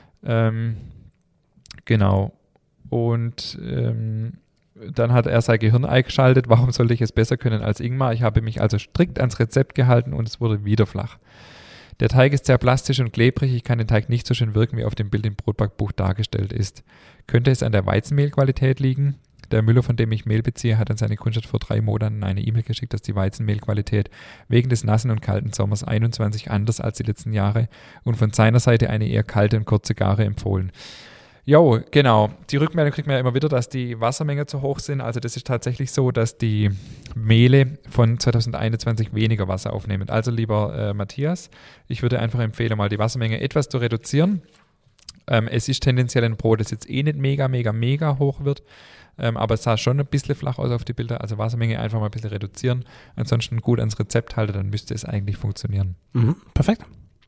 Speaker 2: Genau. Und dann hat er sein Gehirn eingeschaltet. Warum sollte ich es besser können als Ingmar? Ich habe mich also strikt ans Rezept gehalten und es wurde wieder flach. Der Teig ist sehr plastisch und klebrig. Ich kann den Teig nicht so schön wirken, wie auf dem Bild im Brotbackbuch dargestellt ist. Könnte es an der Weizenmehlqualität liegen? Der Müller, von dem ich Mehl beziehe, hat an seine Kundschaft vor 3 Monaten eine E-Mail geschickt, dass die Weizenmehlqualität wegen des nassen und kalten Sommers 21 anders als die letzten Jahre und von seiner Seite eine eher kalte und kurze Gare empfohlen. Jo, genau. Die Rückmeldung kriegt man ja immer wieder, dass die Wassermengen zu hoch sind. Also das ist tatsächlich so, dass die Mehle von 2021 weniger Wasser aufnehmen. Also lieber Matthias, ich würde einfach empfehlen, mal die Wassermenge etwas zu reduzieren. Es ist tendenziell ein Brot, das jetzt nicht mega hoch wird. Aber es sah schon ein bisschen flach aus auf die Bilder. Also Wassermenge einfach mal ein bisschen reduzieren. Ansonsten gut ans Rezept halten, dann müsste es eigentlich funktionieren.
Speaker 1: Perfekt.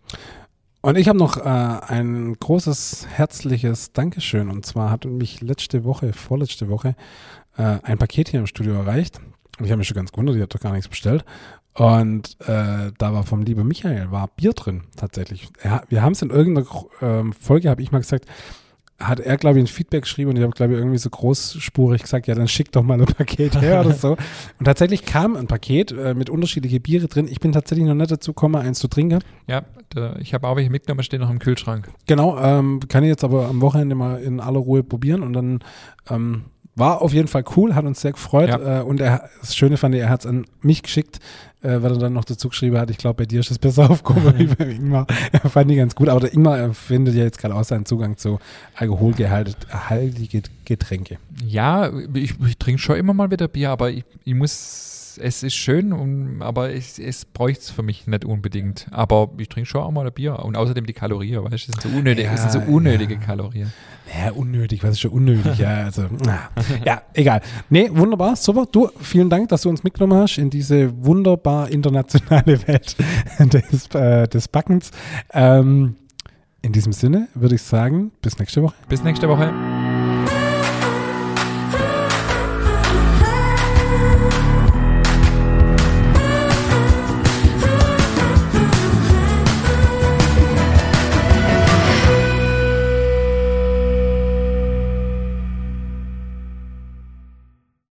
Speaker 1: Und ich habe noch ein großes, herzliches Dankeschön. Und zwar hat mich vorletzte Woche, ein Paket hier im Studio erreicht. Und ich habe mich schon ganz gewundert, die hat doch gar nichts bestellt. Und da war vom lieben Michael, war Bier drin tatsächlich. Wir haben es in irgendeiner Folge, habe ich mal gesagt, hat er, glaube ich, ein Feedback geschrieben und ich habe, glaube ich, irgendwie so großspurig gesagt, ja, dann schick doch mal ein Paket her oder so. Und tatsächlich kam ein Paket mit unterschiedlichen Biere drin. Ich bin tatsächlich noch nicht dazu gekommen, eins zu trinken.
Speaker 2: Ja, ich habe auch welche mitgenommen, stehen noch im Kühlschrank.
Speaker 1: Genau, kann ich jetzt aber am Wochenende mal in aller Ruhe probieren und dann war auf jeden Fall cool, hat uns sehr gefreut.
Speaker 2: Ja.
Speaker 1: Und das Schöne fand ich, er hat es an mich geschickt, weil er dann noch dazu geschrieben hat, ich glaube, bei dir ist es besser aufgehoben wie bei Ingmar. Fand ich ganz gut. Aber der Ingmar findet ja jetzt gerade auch seinen Zugang zu alkoholhaltigen Getränke.
Speaker 2: Ja, ich trinke schon immer mal wieder Bier, aber ich muss, es ist schön, aber es bräuchte es für mich nicht unbedingt. Aber ich trinke schon auch mal ein Bier. Und außerdem die Kalorien, weißt du, das sind so unnötige Kalorien.
Speaker 1: Ja, unnötig, was ist schon unnötig? Ja, also, ja, egal. Nee, wunderbar, super. Du, vielen Dank, dass du uns mitgenommen hast in diese wunderbar internationale Welt des Backens. In diesem Sinne würde ich sagen, bis nächste Woche.
Speaker 2: Bis nächste Woche.